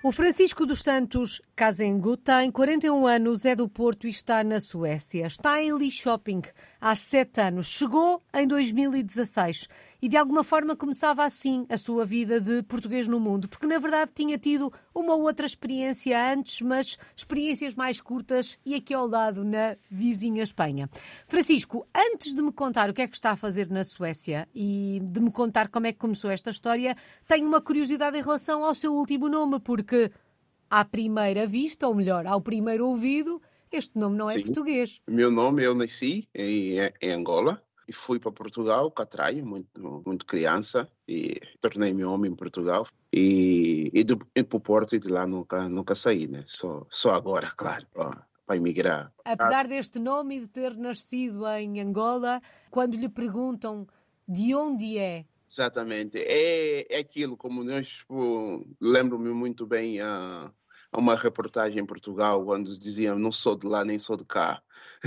O Francisco dos Santos Cazengo tem 41 anos, é do Porto e está na Suécia. Está em Lee Shopping há 7 anos. Chegou em 2016 e de alguma forma começava assim a sua vida de português no mundo, porque na verdade tinha tido uma outra experiência antes, mas experiências mais curtas e aqui ao lado na vizinha Espanha. Francisco, antes de me contar o que é que está a fazer na Suécia e de me contar como é que começou esta história, tenho uma curiosidade em relação ao seu último nome, porque à primeira vista, ou melhor, ao primeiro ouvido, este nome não é Sim. português. Meu nome, eu nasci em Angola e fui para Portugal, Catraio, muito criança, e tornei-me homem em Portugal. E para o Porto e de lá nunca saí, né? Só agora, claro, para emigrar. Apesar deste nome e de ter nascido em Angola, quando lhe perguntam de onde é, Exatamente. É aquilo, como nós, tipo, lembro-me muito bem a uma reportagem em Portugal, quando diziam não sou de lá nem sou de cá.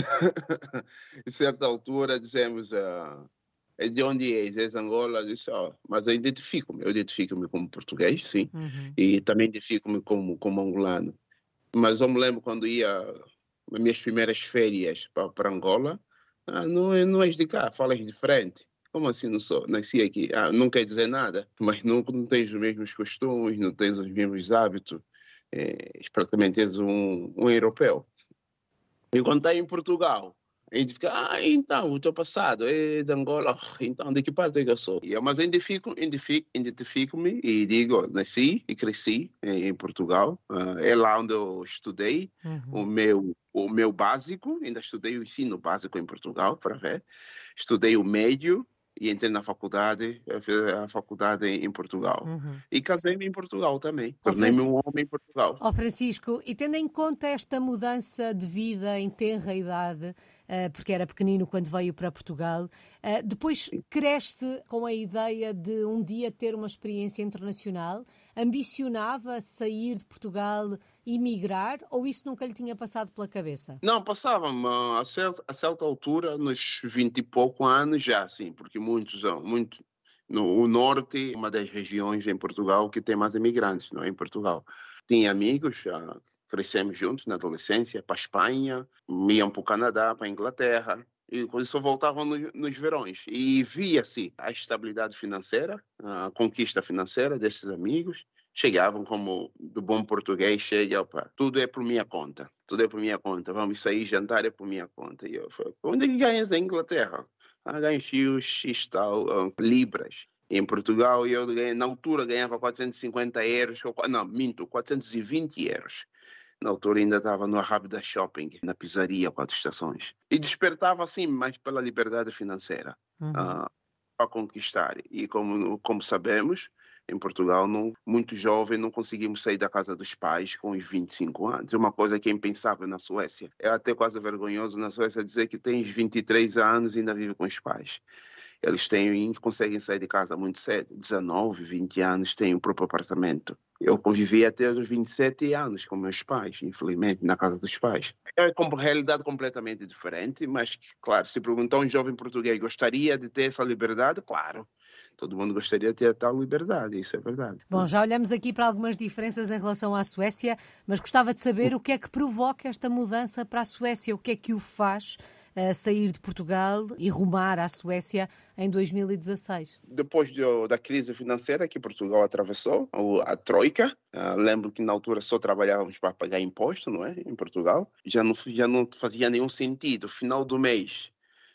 Em certa altura dizemos de onde és? És Angola? Eu disse, mas eu identifico-me como português, sim, e também identifico-me como angolano. Mas eu me lembro quando ia nas minhas primeiras férias para Angola, não és de cá, falas diferente. Como assim não sou? Nasci aqui. Não quer dizer nada, mas não tens os mesmos costumes, não tens os mesmos hábitos. Praticamente és um europeu. E quando está em Portugal, a gente fica, então, o teu passado é de Angola, então, de que parte é que eu sou? Mas eu identifico-me e digo, nasci e cresci em Portugal, é lá onde eu estudei o meu básico, ainda estudei o ensino básico em Portugal, para ver, estudei o médio e entrei na faculdade, eu fiz a faculdade em Portugal. E casei-me em Portugal também, tornei-me um homem em Portugal. Francisco, e tendo em conta esta mudança de vida em tenra idade, porque era pequenino quando veio para Portugal, depois cresce com a ideia de um dia ter uma experiência internacional, ambicionava sair de Portugal e migrar, ou isso nunca lhe tinha passado pela cabeça? Não, passava-me a certa altura, nos 20 e pouco anos já, sim, porque o norte é uma das regiões em Portugal que tem mais imigrantes, não é? Em Portugal. Tinha amigos, crescemos juntos na adolescência, para a Espanha, iam para o Canadá, para a Inglaterra, e quando só voltavam nos verões. E via-se a estabilidade financeira, a conquista financeira desses amigos. Chegavam como do bom português, chega, opa, tudo é por minha conta, vamos sair, jantar é por minha conta. E eu falei, onde é que ganhas na Inglaterra? Ganho X tal, libras. Em Portugal, na altura ganhava 450 euros, não, minto, 420 euros. Na altura ainda estava no Arrábida Shopping, na pizzaria, 4 estações. E despertava, assim, mais pela liberdade financeira, para conquistar. E como sabemos, em Portugal, muito jovem, não conseguimos sair da casa dos pais com os 25 anos. É uma coisa que é impensável na Suécia. É até quase vergonhoso na Suécia dizer que tens 23 anos e ainda vive com os pais. Eles conseguem sair de casa muito cedo, 19, 20 anos, têm o próprio apartamento. Eu convivi até os 27 anos com meus pais, infelizmente, na casa dos pais. É uma realidade completamente diferente, mas, claro, se perguntar um jovem português gostaria de ter essa liberdade, claro. Todo mundo gostaria de ter a tal liberdade, isso é verdade. Bom, já olhamos aqui para algumas diferenças em relação à Suécia, mas gostava de saber o que é que provoca esta mudança para a Suécia, o que é que o faz sair de Portugal e rumar à Suécia em 2016. Depois da crise financeira que Portugal atravessou, a Troika, lembro que na altura só trabalhávamos para pagar imposto, não é? Em Portugal, já não fazia nenhum sentido. Final do mês,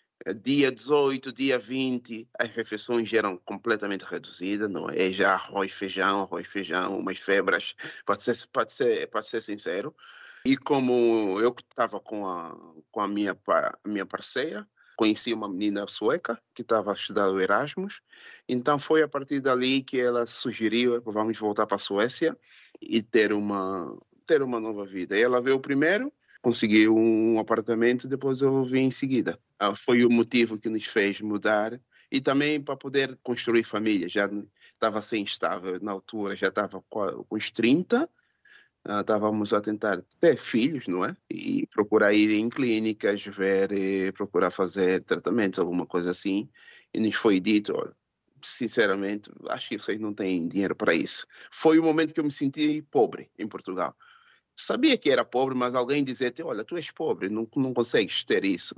dia 18, dia 20, as refeições eram completamente reduzidas, não é? Já arroz, feijão, umas febras, pode ser sincero. E como eu estava com a minha parceira, conheci uma menina sueca que estava a estudar o Erasmus, então foi a partir dali que ela sugeriu, vamos voltar para a Suécia e ter uma nova vida. E ela veio primeiro, conseguiu um apartamento, depois eu vim em seguida. Foi o motivo que nos fez mudar e também para poder construir família. Já estava sem estável na altura, já estava com os 30. Estávamos a tentar ter filhos, não é? E procurar ir em clínicas, procurar fazer tratamentos, alguma coisa assim. E nos foi dito, olha, sinceramente, acho que vocês não têm dinheiro para isso. Foi o momento que eu me senti pobre em Portugal. Sabia que era pobre, mas alguém dizia-te, olha, tu és pobre, não consegues ter isso.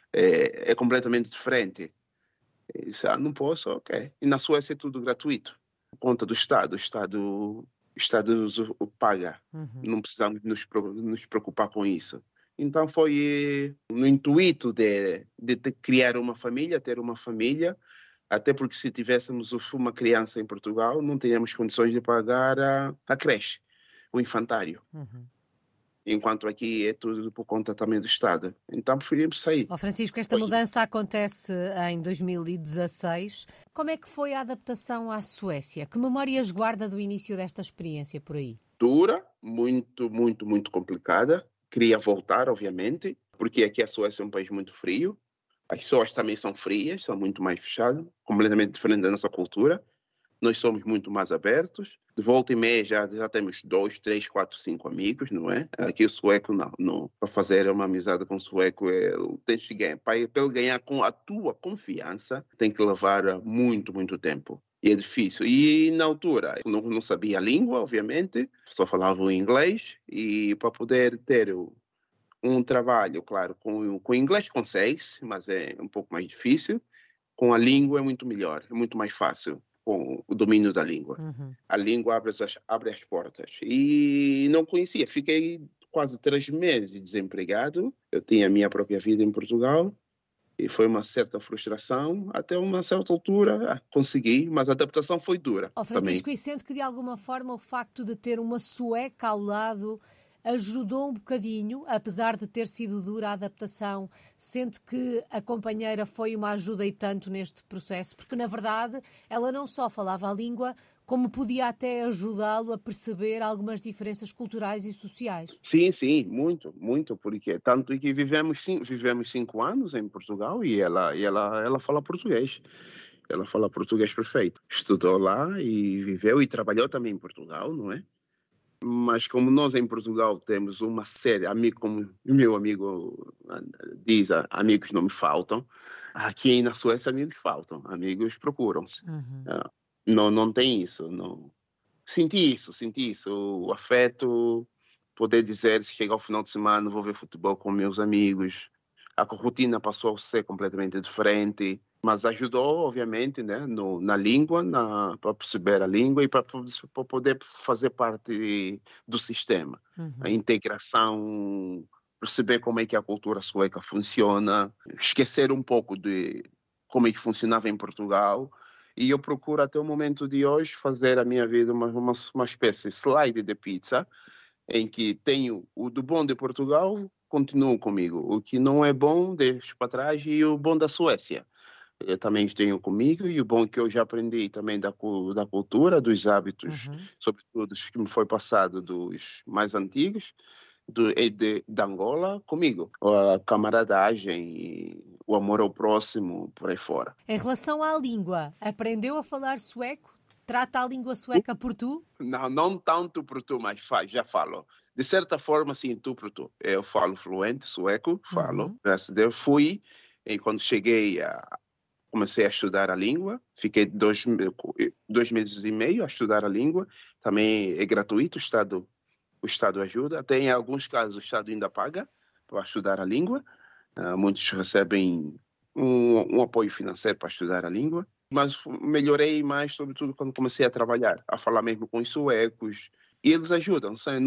É completamente diferente. Eu disse, não posso, ok. E na Suécia é tudo gratuito. Conta do Estado, o Estado paga. Uhum. Não precisamos nos preocupar com isso. Então foi no intuito de criar uma família, ter uma família, até porque se tivéssemos uma criança em Portugal, não teríamos condições de pagar a creche, o infantário. Uhum. Enquanto aqui é tudo por conta também do Estado. Então preferimos sair. Ó Francisco, esta Foi mudança acontece em 2016. Como é que foi a adaptação à Suécia? Que memórias guarda do início desta experiência por aí? dura, muito, muito, muito complicada. Queria voltar, obviamente, porque aqui a Suécia é um país muito frio. As pessoas também são frias, são muito mais fechadas, completamente diferente da nossa cultura. Nós somos muito mais abertos. De volta e meia já temos 2, 3, 4, 5 amigos, não é? Aqui o sueco não. Para fazer uma amizade com o sueco, tens que ganhar. Para ele ganhar com a tua confiança, tem que levar muito, muito tempo. E é difícil. E na altura, eu não sabia a língua, obviamente, só falava o inglês. E para poder ter um trabalho, claro, com inglês consegue-se, mas é um pouco mais difícil. Com a língua é muito melhor, é muito mais fácil com o domínio da língua. Uhum. A língua abre as portas. E não conhecia, fiquei quase 3 meses desempregado. Eu tinha a minha própria vida em Portugal e foi uma certa frustração. Até uma certa altura consegui, mas a adaptação foi dura Ó também. Francisco, e sente que de alguma forma o facto de ter uma sueca ao lado ajudou um bocadinho, apesar de ter sido dura a adaptação, sente que a companheira foi uma ajuda e tanto neste processo? Porque, na verdade, ela não só falava a língua, como podia até ajudá-lo a perceber algumas diferenças culturais e sociais. Sim, sim, muito, muito, porque tanto que vivemos 5 anos em Portugal e ela fala português. Ela fala português perfeito. Estudou lá e viveu e trabalhou também em Portugal, não é? Mas como nós em Portugal temos uma série, como o meu amigo diz, amigos não me faltam, aqui na Suécia amigos faltam, amigos procuram-se. Uhum. Não tem isso, não. Senti isso, o afeto, poder dizer, se chegar ao final de semana vou ver futebol com meus amigos. A rotina passou a ser completamente diferente, mas ajudou, obviamente, né, na língua, para perceber a língua e para poder fazer parte do sistema. A Uhum. integração, perceber como é que a cultura sueca funciona, esquecer um pouco de como é que funcionava em Portugal. E eu procuro até o momento de hoje fazer a minha vida uma espécie de slide de pizza, em que tenho o do bom de Portugal, continuo comigo. O que não é bom, deixo para trás, e o bom da Suécia. Eu também tenho comigo, e o bom que eu já aprendi também da cultura, dos hábitos, Uhum. sobretudo os que me foi passado dos mais antigos, de Angola, comigo. A camaradagem, e o amor ao próximo, por aí fora. Em relação à língua, aprendeu a falar sueco? Trata a língua sueca por tu? Não tanto por tu, mas já falo. De certa forma, sim, tu por tu. Eu falo fluente sueco, falo, Uhum. graças a Deus. Fui, e quando cheguei, comecei a estudar a língua. Fiquei 2 meses e meio a estudar a língua. Também é gratuito, o Estado ajuda. Até em alguns casos o Estado ainda paga para estudar a língua. Muitos recebem um apoio financeiro para estudar a língua. Mas melhorei mais, sobretudo, quando comecei a trabalhar, a falar mesmo com os suecos. E eles ajudam, sabe?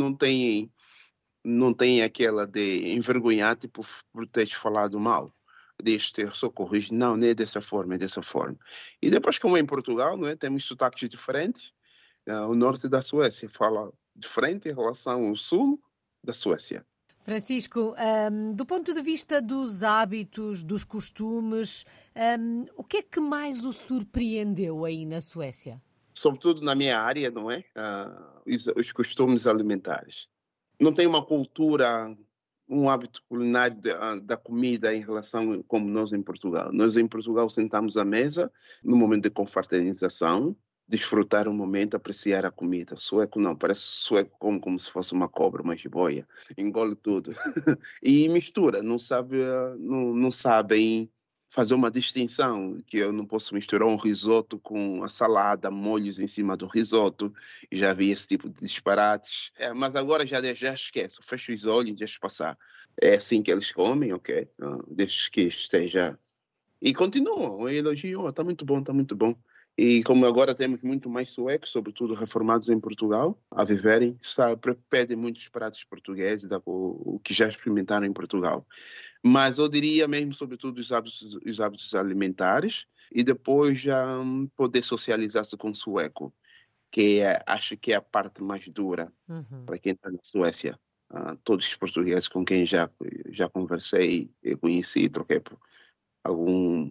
Não tem aquela de envergonhar, tipo, por teres falado mal. Deixa ter só corrigir. Não é dessa forma, é dessa forma. E depois, como é em Portugal, não é? Temos sotaques diferentes. O norte da Suécia fala diferente em relação ao sul da Suécia. Francisco, do ponto de vista dos hábitos, dos costumes, o que é que mais o surpreendeu aí na Suécia? Sobretudo na minha área, não é? Os costumes alimentares. Não tem uma cultura, um hábito culinário da comida em relação como nós em Portugal. Nós em Portugal sentamos à mesa no momento de confraternização, desfrutar o momento, apreciar a comida. Sueco não, parece sueco como se fosse uma cobra, uma jiboia. Engole tudo. E mistura, não sabem fazer uma distinção, que eu não posso misturar um risoto com a salada, molhos em cima do risoto, e já vi esse tipo de disparates. Mas agora já esqueço, fecho os olhos e deixo passar. É assim que eles comem, ok? Desde que esteja... E continuam, elogiam, está muito bom, está muito bom. E como agora temos muito mais suecos, sobretudo reformados em Portugal, a viverem, pedem muitos pratos portugueses, o que já experimentaram em Portugal. Mas eu diria mesmo, sobretudo, os hábitos alimentares e depois já poder socializar-se com o sueco, que acho que é a parte mais dura para quem está na Suécia. Todos os portugueses com quem já conversei e conheci, troquei por algum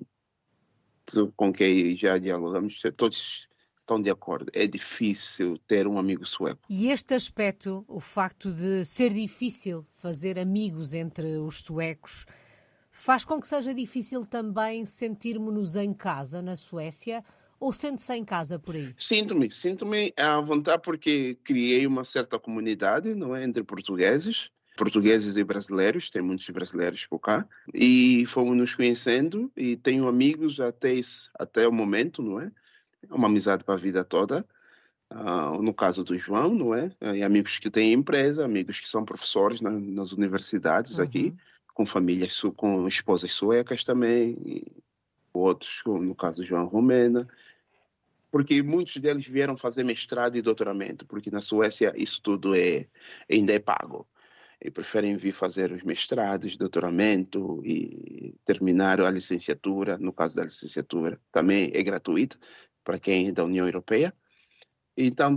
com quem já dialogamos, todos estão de acordo. É difícil ter um amigo sueco. E este aspecto, o facto de ser difícil fazer amigos entre os suecos, faz com que seja difícil também sentirmos-nos em casa na Suécia, ou sente-se em casa por aí? Sinto-me à vontade porque criei uma certa comunidade, não é, entre portugueses e brasileiros, tem muitos brasileiros por cá, e fomos nos conhecendo e tenho amigos até o momento, não é? É uma amizade para a vida toda. No caso do João, não é? E amigos que têm empresa, amigos que são professores nas universidades aqui, com famílias, com esposas suecas também, e outros, no caso do João, romena, porque muitos deles vieram fazer mestrado e doutoramento, porque na Suécia isso tudo ainda é pago. E preferem vir fazer os mestrados, doutoramento e terminar a licenciatura. No caso da licenciatura, também é gratuito para quem é da União Europeia. Então,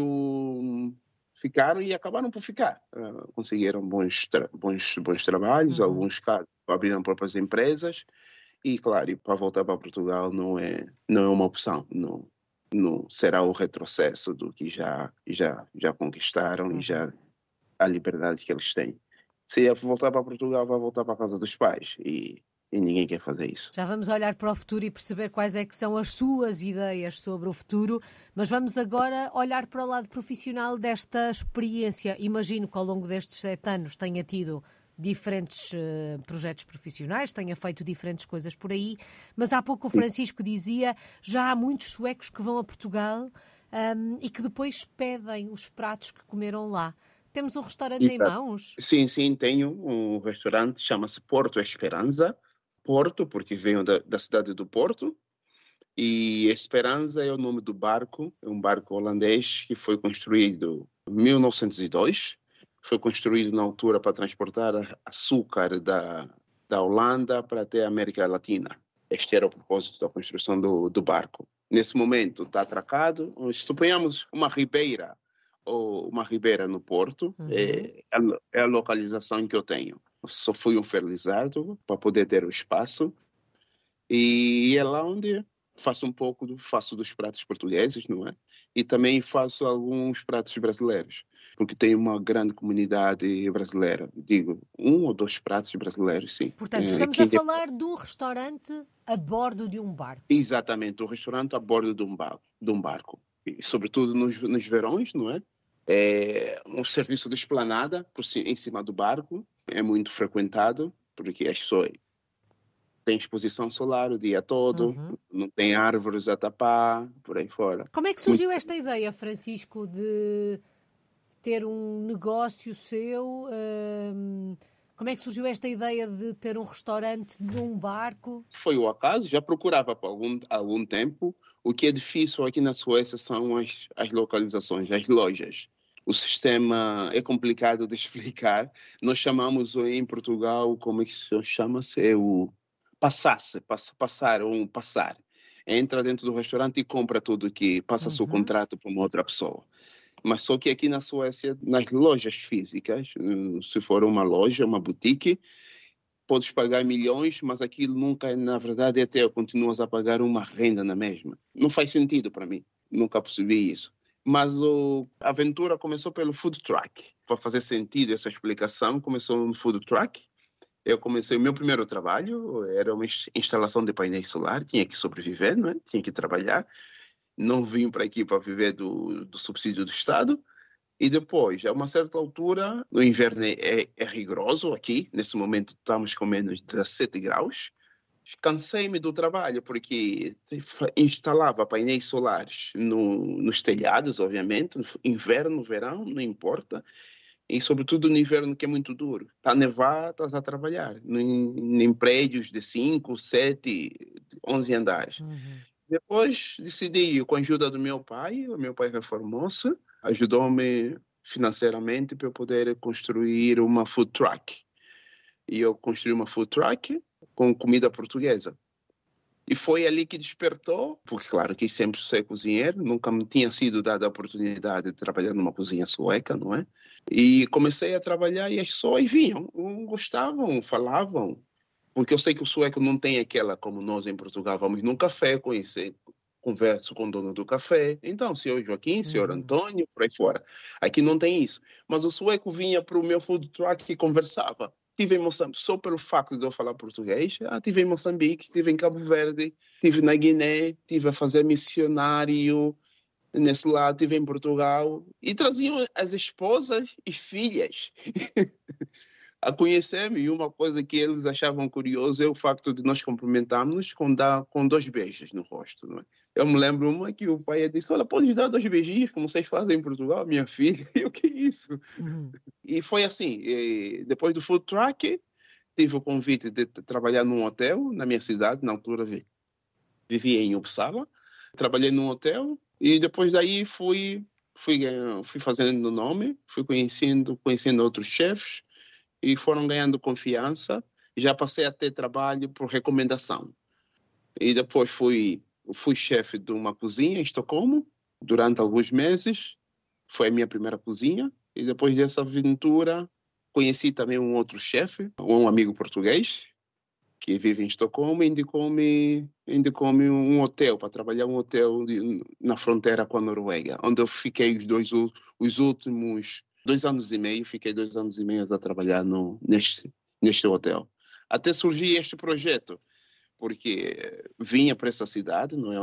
ficaram e acabaram por ficar. Conseguiram bons trabalhos, alguns casos abriram próprias empresas. E, claro, e para voltar para Portugal não é uma opção. Não será o retrocesso do que já conquistaram e já a liberdade que eles têm. Se voltar para Portugal, vai voltar para a casa dos pais. E ninguém quer fazer isso. Já vamos olhar para o futuro e perceber quais é que são as suas ideias sobre o futuro, mas vamos agora olhar para o lado profissional desta experiência. Imagino que ao longo destes 7 anos tenha tido diferentes projetos profissionais, tenha feito diferentes coisas por aí, mas há pouco o Francisco dizia, já há muitos suecos que vão a Portugal e que depois pedem os pratos que comeram lá. Temos um restaurante em mãos? Sim, tenho um restaurante, chama-se Porto Esperança. Porto, porque venho da cidade do Porto, e Esperança é o nome do barco, é um barco holandês que foi construído em 1902, foi construído na altura para transportar açúcar da Holanda para até a América Latina. Este era o propósito da construção do barco. Nesse momento está atracado, suponhamos uma ribeira no Porto, é a localização que eu tenho. Só fui infertilizado para poder ter o espaço e é lá onde faço dos pratos portugueses, não é? E também faço alguns pratos brasileiros, porque tem uma grande comunidade brasileira. Digo, 1 ou 2 pratos brasileiros, sim. Portanto, estamos a falar de um restaurante a bordo de um barco. Exatamente, um restaurante a bordo de um barco. E, sobretudo nos verões, não é? É um serviço de esplanada em cima do barco, é muito frequentado, porque as pessoas têm exposição solar o dia todo, não tem árvores a tapar, por aí fora. Como é que surgiu esta ideia, Francisco, de ter um negócio seu? Como é que surgiu esta ideia de ter um restaurante num barco? Foi o acaso, já procurava por algum tempo. O que é difícil aqui na Suécia são as localizações, as lojas. O sistema é complicado de explicar. Nós chamamos em Portugal, como é que se chama-se? É o passar. Entra dentro do restaurante e compra tudo que passa seu contrato para uma outra pessoa. Mas só que aqui na Suécia, nas lojas físicas, se for uma loja, uma boutique, podes pagar milhões, mas aquilo nunca, na verdade, até continuas a pagar uma renda na mesma. Não faz sentido para mim. Nunca percebi isso. Mas a aventura começou pelo food truck. Para fazer sentido essa explicação, começou no food truck. Eu comecei o meu primeiro trabalho, era uma instalação de painéis solar, tinha que sobreviver, não é? Tinha que trabalhar. Não vim para aqui para viver do subsídio do Estado. E depois, a uma certa altura, o inverno é rigoroso aqui. Nesse momento estamos com menos 17 graus. Cansei-me do trabalho, porque instalava painéis solares nos telhados, obviamente, no inverno, verão, não importa. E sobretudo no inverno, que é muito duro. Está a nevar, estás a trabalhar. Em prédios de 5, 7, 11 andares. Uhum. Depois decidi, com a ajuda do meu pai, o meu pai reformou-se, ajudou-me financeiramente para eu poder construir uma food truck. E eu construí uma food truck com comida portuguesa. E foi ali que despertou, porque claro que sempre sei cozinheiro, nunca me tinha sido dada a oportunidade de trabalhar numa cozinha sueca, não é? E comecei a trabalhar e as pessoas vinham, gostavam, falavam, porque eu sei que o sueco não tem aquela como nós em Portugal, vamos num café, conhecer, converso com o dono do café, então, senhor Joaquim, senhor Uhum. Antônio, por aí fora. Aqui não tem isso. Mas o sueco vinha para o meu food truck e conversava. Estive em Moçambique, só pelo facto de eu falar português. Estive em Moçambique, estive em Cabo Verde, estive na Guiné, estive a fazer missionário nesse lado, estive em Portugal. E traziam as esposas e filhas a conhecer-me. E uma coisa que eles achavam curioso é o facto de nós cumprimentarmos com 2 beijos no rosto. Não é? Eu me lembro uma que o pai disse, olha, pode dar 2 beijinhos, como vocês fazem em Portugal, minha filha. E o que é isso? Uhum. E foi assim, e depois do food truck, tive o convite de trabalhar num hotel na minha cidade, na altura vivia em Uppsala. Trabalhei num hotel e depois daí fui fazendo nome, fui conhecendo outros chefes e foram ganhando confiança. Já passei a ter trabalho por recomendação. E depois fui chefe de uma cozinha em Estocolmo durante alguns meses. Foi a minha primeira cozinha. E depois dessa aventura, conheci também um outro chefe, um amigo português, que vive em Estocolmo, e indicou-me um hotel, para trabalhar um hotel na fronteira com a Noruega, onde eu fiquei os últimos 2 anos e meio, fiquei 2 anos e meio a trabalhar neste hotel. Até surgir este projeto, porque vinha para essa cidade, não é,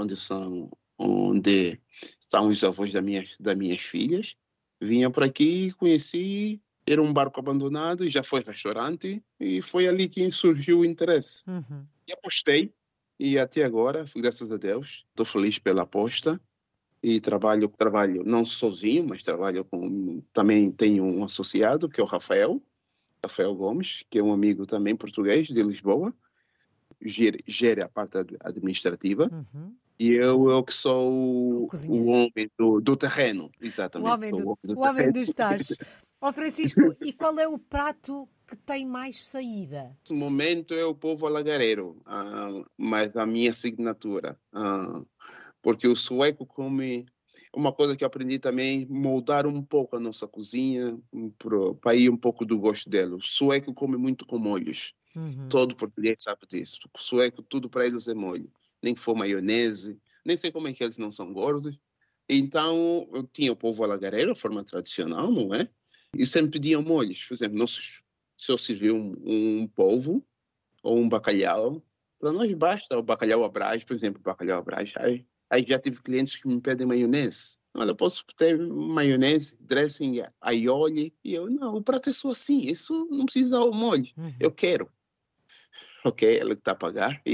onde estão os avós das minhas filhas, vinha para aqui e conheci, era um barco abandonado e já foi restaurante e foi ali que surgiu o interesse. Uhum. E apostei e até agora, graças a Deus, estou feliz pela aposta e trabalho não sozinho, mas trabalho também tenho um associado que é o Rafael Gomes, que é um amigo também português de Lisboa, gere a parte administrativa. Uhum. E eu que O sou o cozinheiro. homem do terreno, O exatamente, homem, sou o homem do o homem terreno. dos tachos. Ó Francisco, e qual é o prato que tem mais saída? Nesse momento é o povo alagareiro, mas a minha assinatura, porque o sueco come, uma coisa que eu aprendi também, moldar um pouco a nossa cozinha para ir um pouco do gosto dele. O sueco come muito com molhos, Uhum. todo português sabe disso. O sueco, tudo para eles é molho, nem que for maionese, nem sei como é que eles não são gordos. Então, eu tinha o povo alagareiro, a forma tradicional, não é? E sempre pediam molhos. Por exemplo, se eu servir um polvo ou um bacalhau, para nós basta o bacalhau à Brás, por exemplo, bacalhau à Brás. Aí já tive clientes que me pedem maionese. Olha, posso ter maionese, dressing, aioli? E eu, não, o prato é só assim, isso não precisa o molho. Eu Uhum. quero. Ok, ela que está a pagar.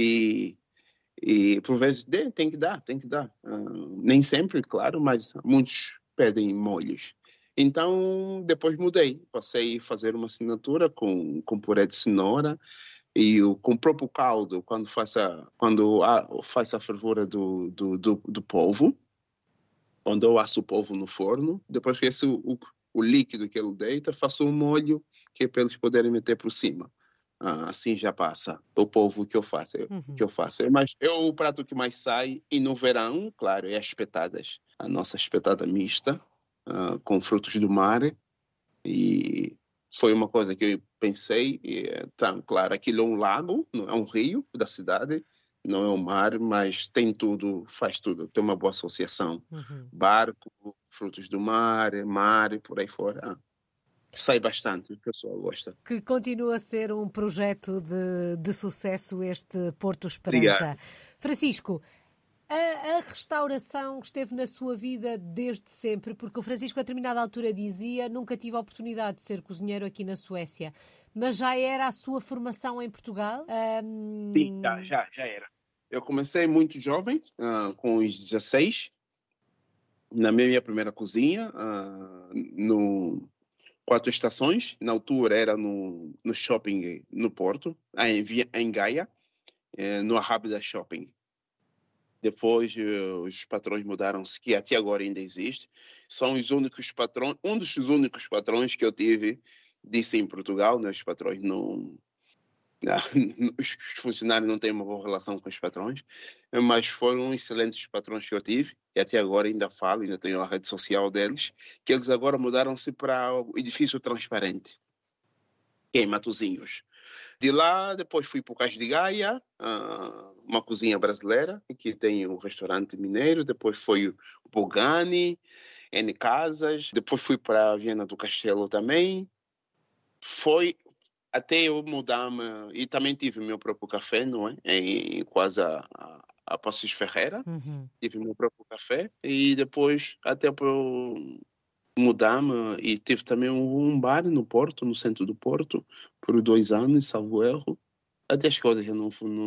E por vezes tem que dar, tem que dar. Nem sempre, claro, mas muitos pedem molhos. Então, depois mudei. Passei a fazer uma assinatura com puré de cenoura e com o próprio caldo, quando faz a fervura do polvo, quando eu asso o polvo no forno, depois que o líquido que ele deita, faço um molho que é para eles poderem meter por cima. Assim já passa o polvo que eu faço. Uhum. Mas é o prato que mais sai, e no verão, claro, é as espetadas. A nossa espetada mista, com frutos do mar, e foi uma coisa que eu pensei, tá, claro, aquilo é um lago, não é um rio da cidade, não é um mar, mas tem tudo, faz tudo, tem uma boa associação. Uhum. Barco, frutos do mar, e por aí fora. Sai bastante, o pessoal gosta. Que continua a ser um projeto de sucesso este Porto Esperança. Obrigado. Francisco, A restauração esteve na sua vida desde sempre, porque o Francisco a determinada altura dizia: nunca tive a oportunidade de ser cozinheiro aqui na Suécia, mas já era a sua formação em Portugal? Sim, já era. Eu comecei muito jovem, com os 16, na minha primeira cozinha, no Quatro Estações. Na altura era no shopping no Porto, em Gaia, no Arrábida Shopping. Depois os patrões mudaram-se, que até agora ainda existe. São os únicos patrões, um dos únicos patrões que eu tive, disse em Portugal, né? Os patrões não, os funcionários não têm uma boa relação com os patrões, mas foram excelentes patrões que eu tive, e até agora ainda falo, ainda tenho a rede social deles, que eles agora mudaram-se para o Edifício Transparente, que é em Matosinhos. De lá, depois fui para o Cais de Gaia, uma cozinha brasileira, que tem um restaurante mineiro. Depois foi o Bogani, N Casas. Depois fui para a Viana do Castelo também. Foi até eu mudar-me. E também tive meu próprio café, não é? Quase a Passos Ferreira. Uhum. Tive meu próprio café. E depois, até para mudar-me, e tive também um bar no Porto, no centro do Porto, por 2 anos, salvo erro, até as coisas já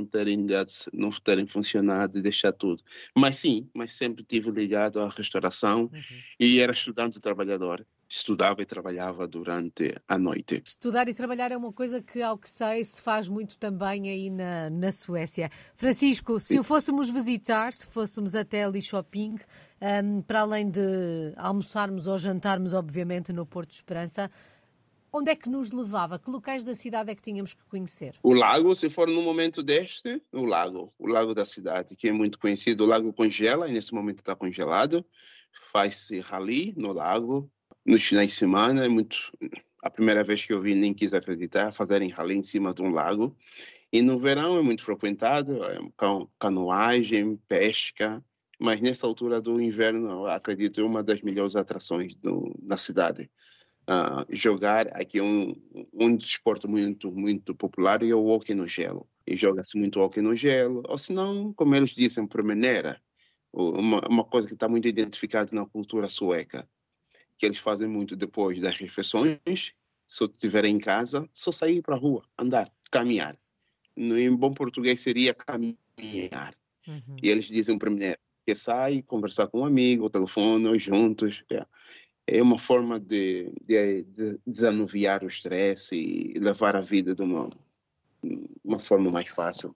não terem funcionado e deixar tudo. Mas sim, mas sempre estive ligado à restauração. E era estudante trabalhador. Estudava e trabalhava durante a noite. Estudar e trabalhar é uma coisa que, ao que sei, se faz muito também aí na Suécia. Francisco, se o fôssemos visitar, se fôssemos até ali shopping, para além de almoçarmos ou jantarmos, obviamente, no Porto de Esperança, onde é que nos levava? Que locais da cidade é que tínhamos que conhecer? O lago, se for no momento deste, o lago da cidade, que é muito conhecido. O lago congela, e nesse momento está congelado. Faz-se rally no lago. Nos finais de semana, a primeira vez que eu vi, nem quis acreditar, fazerem rally em cima de um lago. E no verão é muito frequentado, canoagem, pesca. Mas nessa altura do inverno, acredito, é uma das melhores atrações na cidade. Jogar aqui um desporto muito, muito popular é o hóquei no gelo. E joga-se muito hóquei no gelo, ou se não, como eles dizem, promeneira. Uma coisa que está muito identificada na cultura sueca, que eles fazem muito depois das refeições. Se eu estiver em casa, só sair para a rua, andar, caminhar. Em bom português seria caminhar. E eles dizem promeneira, que sai, conversar com um amigo, ou telefone, ou juntos. É uma forma de desanuviar o estresse e levar a vida de uma forma mais fácil.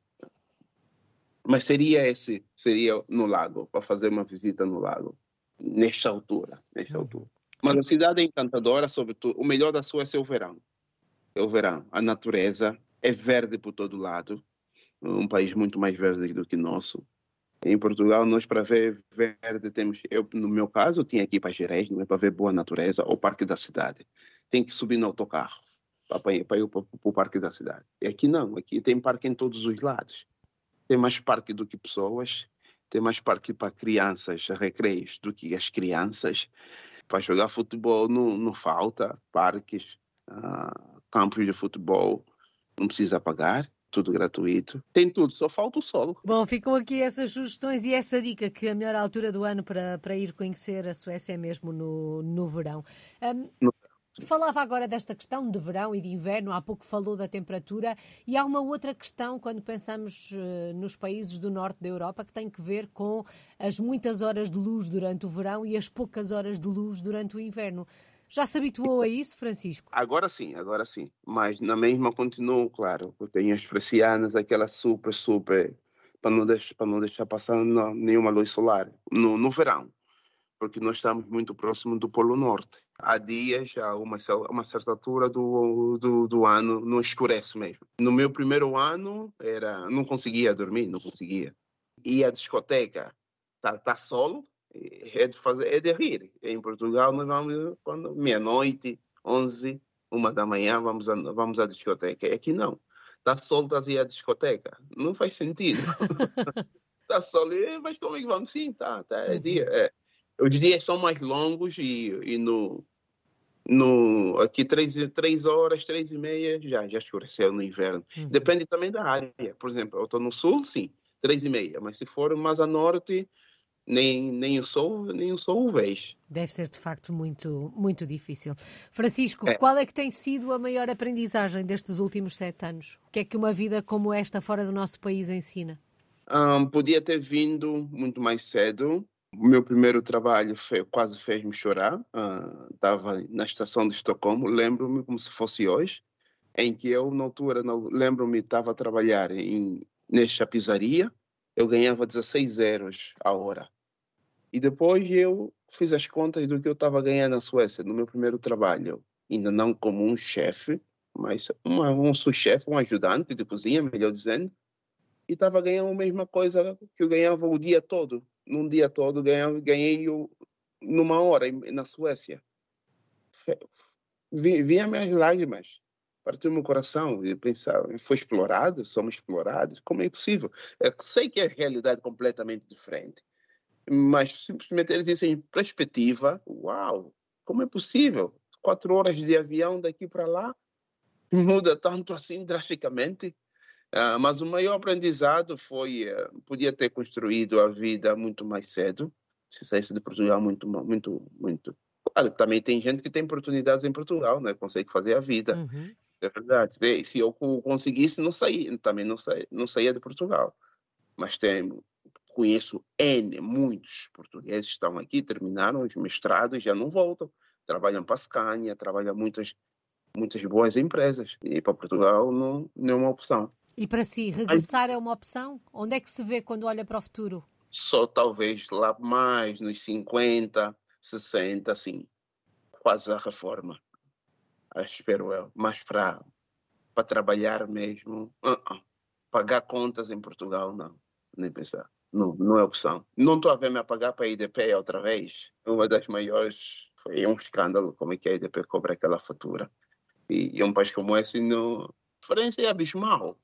Mas seria no lago, para fazer uma visita no lago, nesta altura. Mas a cidade é encantadora, sobretudo. O melhor da Suécia é o verão. A natureza é verde por todo lado. Um país muito mais verde do que o nosso. Em Portugal, nós para ver verde temos... no meu caso, eu tinha aqui para Gerês, não é, para ver boa natureza, o Parque da Cidade. Tem que subir no autocarro para ir para o Parque da Cidade. E aqui não, aqui tem parque em todos os lados. Tem mais parque do que pessoas, tem mais parque para crianças, recreios, do que as crianças. Para jogar futebol não falta, parques, campos de futebol, não precisa pagar. Tudo gratuito. Tem tudo, só falta o sol. Bom, ficam aqui essas sugestões e essa dica que a melhor altura do ano para ir conhecer a Suécia é mesmo no verão. Falava agora desta questão de verão e de inverno, há pouco falou da temperatura, e há uma outra questão quando pensamos nos países do norte da Europa que tem que ver com as muitas horas de luz durante o verão e as poucas horas de luz durante o inverno. Já se habituou a isso, Francisco? Agora sim. Mas na mesma continuo, claro. Eu tenho as persianas, aquela super, para não deixar passar nenhuma luz solar no verão, porque nós estamos muito próximo do Polo Norte. Há dias, a uma certa altura do ano, não escurece mesmo. No meu primeiro ano, não conseguia dormir, não conseguia. Ia à discoteca, tá solo, é de rir. Em Portugal, nós vamos quando meia-noite, 11, 1 da manhã, vamos à discoteca. Aqui não. Está sol, estás a ir à discoteca. Não faz sentido. Está sol, mas como é que vamos? Sim, tá, é dia. Os dias são mais longos e aqui 3 horas, 3 e meia, já escureceu no inverno. Depende também da área. Por exemplo, eu estou no sul, sim. 3,5. Mas se for mais a norte, nem o sol o vejo. Deve ser, de facto, muito, muito difícil. Francisco, É. qual é que tem sido a maior aprendizagem destes últimos 7 anos? O que é que uma vida como esta, fora do nosso país, ensina? Podia ter vindo muito mais cedo. O meu primeiro trabalho quase fez-me chorar. Estava na estação de Estocolmo, lembro-me como se fosse hoje, em que eu, na altura, lembro-me, estava a trabalhar nesta pizzaria. Eu ganhava 16 euros a hora. E depois eu fiz as contas do que eu estava ganhando na Suécia, no meu primeiro trabalho. Ainda não como um chefe, mas um sous-chefe, um ajudante de cozinha, melhor dizendo. E estava ganhando a mesma coisa que eu ganhava o dia todo. Num dia todo, ganhei numa hora na Suécia. Vinha minhas lágrimas. Partiu meu coração e pensava, foi explorado, somos explorados, como é possível? Eu sei que é realidade completamente diferente, mas simplesmente eles dizem em perspectiva, uau, como é possível? 4 horas de avião daqui para lá muda tanto assim drasticamente. Mas o maior aprendizado foi, podia ter construído a vida muito mais cedo, se saísse de Portugal muito, muito, muito. Claro, também tem gente que tem oportunidades em Portugal, né? Consegue fazer a vida, Uhum. isso é verdade. E se eu conseguisse, não saía, também não saía de Portugal. Mas conheço muitos portugueses que estão aqui, terminaram os mestrados, já não voltam. Trabalham para a Scania, trabalham muitas boas empresas. E para Portugal não é uma opção. E para si, Mas regressar é uma opção? Onde é que se vê quando olha para o futuro? só talvez lá mais nos 50, 60, assim, quase a reforma, espero eu. Mas para trabalhar mesmo, pagar contas em Portugal, não, nem pensar. Não é opção. Não estou a ver-me a pagar para a IDP outra vez. Uma das maiores, foi um escândalo como é que a IDP cobra aquela fatura. E um país como esse, a diferença é abismal.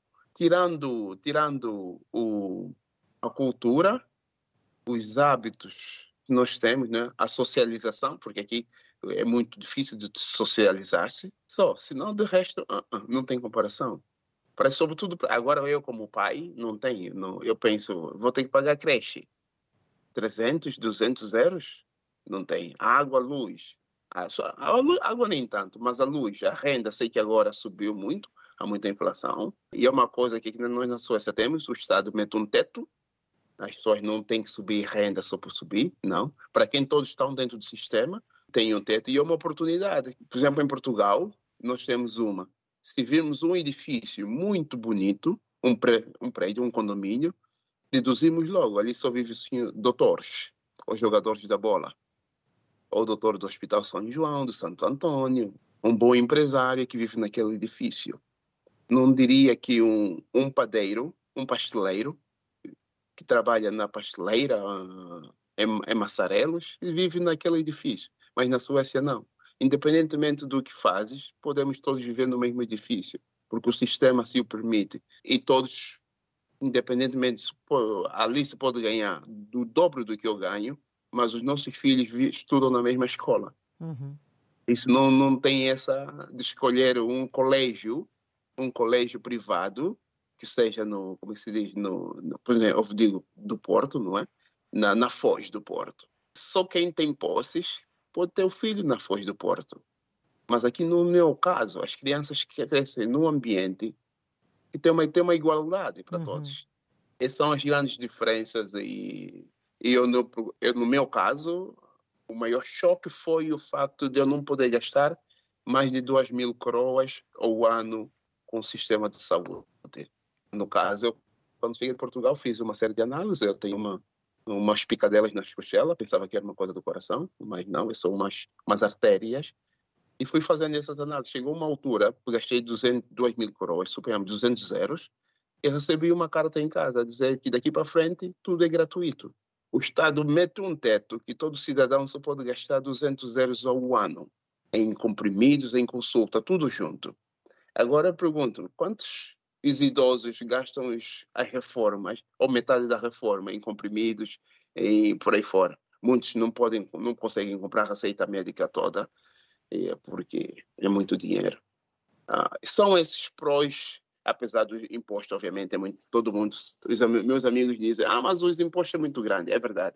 Tirando a cultura, os hábitos que nós temos, né? A socialização, porque aqui é muito difícil de socializar-se, senão de resto, não tem comparação. Parece sobretudo, agora eu como pai, não tenho, não, eu penso, vou ter que pagar creche, 300, 200 euros? Não tem. Água, luz. Água nem tanto, mas a luz, a renda, sei que agora subiu muito, há muita inflação. E é uma coisa que nós na Suécia temos, o Estado mete um teto, as pessoas não têm que subir renda só por subir, não. Para quem todos estão dentro do sistema, tem um teto e é uma oportunidade. Por exemplo, em Portugal, nós temos se virmos um edifício muito bonito, um prédio, um condomínio, deduzimos logo, ali só vivem doutores, ou jogadores da bola, ou doutor do Hospital São João, do Santo Antônio, um bom empresário que vive naquele edifício. Não diria que um padeiro, um pasteleiro, que trabalha na pasteleira, em Massarelos, vive naquele edifício. Mas na Suécia, não. Independentemente do que fazes, podemos todos viver no mesmo edifício, porque o sistema assim o permite. E todos, independentemente, ali se pode ganhar do dobro do que eu ganho, mas os nossos filhos estudam na mesma escola. Uhum. Isso não tem essa de escolher um colégio privado, que seja como se diz, por exemplo, eu digo, do Porto, não é? Na Foz do Porto. Só quem tem posses pode ter o filho na Foz do Porto. Mas aqui não é o caso. As crianças que crescem num ambiente que tem uma igualdade para Uhum. todos. Essas são as grandes diferenças e no meu caso, o maior choque foi o facto de eu não poder gastar mais de 2.000 coroas ao ano com o sistema de saúde. No caso, quando cheguei de Portugal, fiz uma série de análises. Eu tenho umas picadelas nas costelas, pensava que era uma coisa do coração, mas não, são umas artérias. E fui fazendo essas análises. Chegou uma altura, gastei 2.000 coroas, suponhamos 200 euros, e recebi uma carta em casa a dizer que daqui para frente tudo é gratuito. O Estado mete um teto que todo cidadão só pode gastar 200 euros ao ano em comprimidos, em consulta, tudo junto. Agora eu pergunto, quantos idosos gastam as reformas, ou metade da reforma, em comprimidos e por aí fora? Muitos não conseguem comprar a receita médica toda, porque é muito dinheiro. São esses prós apesar do imposto, obviamente, todo mundo, meus amigos dizem, mas os impostos é muito grande. É verdade,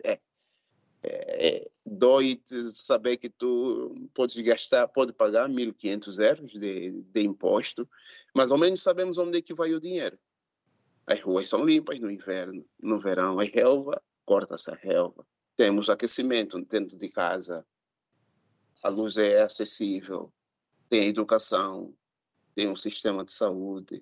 dói-te saber que tu pode pagar 1.500 euros de imposto, mas ao menos sabemos onde é que vai o dinheiro. As ruas são limpas no inverno, no verão é relva, corta-se a relva. Temos aquecimento dentro de casa, a luz é acessível, tem educação, tem um sistema de saúde,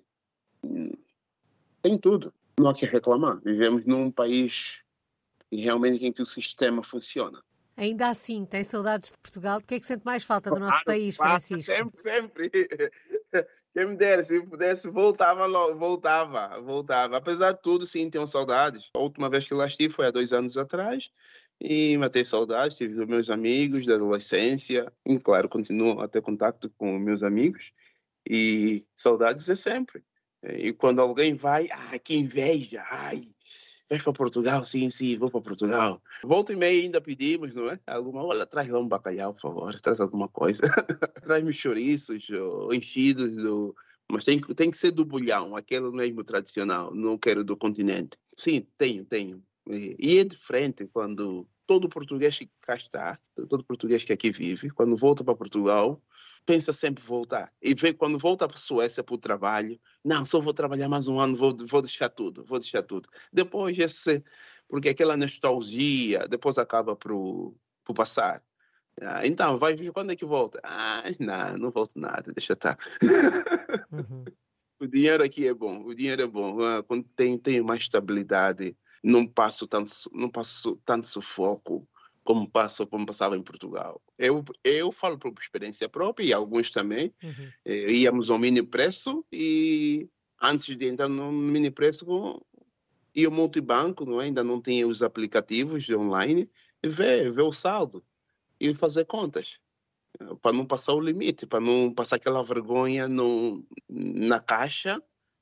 tem tudo. Não há que reclamar. Vivemos num país realmente em que o sistema funciona. Ainda assim, tem saudades de Portugal? O que é que sente mais falta do nosso país, Claro, Francisco? sempre. Quem me dera, se pudesse, voltava logo, voltava. Apesar de tudo, sim, tenho saudades. A última vez que lá estive foi há 2 anos atrás e matei saudades, tive dos meus amigos da adolescência. E, claro, continuo a ter contato com meus amigos e saudades é sempre. E quando alguém vai, que inveja, vais para Portugal? Sim, vou para Portugal. Volta e meia ainda pedimos, não é? Olha, traz lá um bacalhau, por favor, traz alguma coisa. Traz-me chouriços, ou enchidos, mas tem que ser do bolhão, aquele mesmo tradicional, não quero do continente. Sim, tenho. E é diferente quando todo português que cá está, todo português que aqui vive, quando volta para Portugal, pensa sempre voltar. E vê quando volta para a Suécia para o trabalho, não, só vou trabalhar mais um ano, vou deixar tudo. Depois, porque aquela nostalgia, depois acaba por passar. Então, vai ver quando é que volta? Não volto nada, deixa estar. Uhum. O dinheiro aqui é bom, quando tenho mais estabilidade, não passo tanto sufoco como passava em Portugal. Eu falo por experiência própria e alguns também. Uhum. Íamos ao mini preço e antes de entrar no mini preço ia ao multibanco, não é? Ainda não tinha os aplicativos de online, e ver o saldo e fazer contas para não passar o limite, para não passar aquela vergonha na caixa.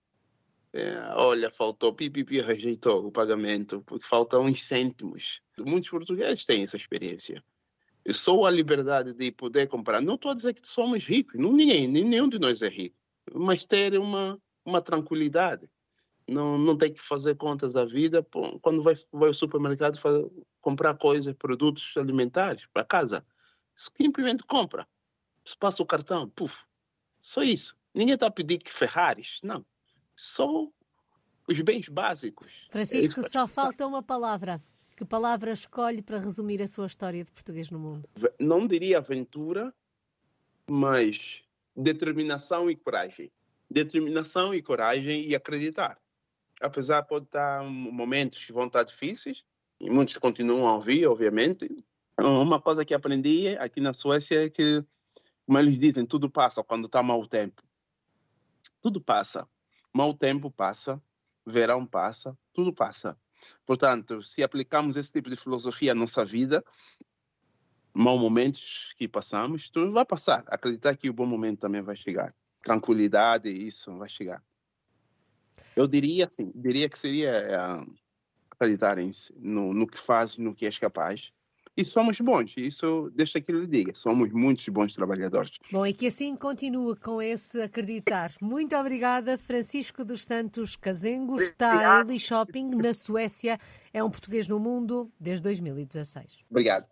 Olha, faltou, pipipi, rejeitou o pagamento, porque faltam uns cêntimos. Muitos portugueses têm essa experiência. E só a liberdade de poder comprar. Não estou a dizer que somos ricos, nenhum de nós é rico, mas ter uma tranquilidade. Não tem que fazer contas da vida quando vai ao supermercado comprar coisas, produtos alimentares para casa. Simplesmente compra. Se passa o cartão, puf, só isso. Ninguém está a pedir que Ferraris, não. Só os bens básicos. É isso Francisco, que só falta uma palavra. Que palavra escolhe para resumir a sua história de português no mundo? não diria aventura, mas determinação e coragem. Determinação e coragem e acreditar. Apesar pode estar momentos que vão estar difíceis, e muitos continuam a vir, obviamente. Uma coisa que aprendi aqui na Suécia é que, como eles dizem, tudo passa quando está mau tempo. Tudo passa. Mau tempo passa, verão passa, tudo passa. Portanto, se aplicamos esse tipo de filosofia à nossa vida, maus momentos que passamos, tudo vai passar. Acreditar que o bom momento também vai chegar. Tranquilidade, isso vai chegar. Eu diria que seria acreditar no que fazes, no que és capaz. E somos bons, isso deixa que eu lhe diga, somos muitos bons trabalhadores. Bom, e que assim continue com esse acreditar. Muito obrigada, Francisco dos Santos Cazengo. Está em Eli Shopping, na Suécia. É um português no mundo desde 2016. Obrigado.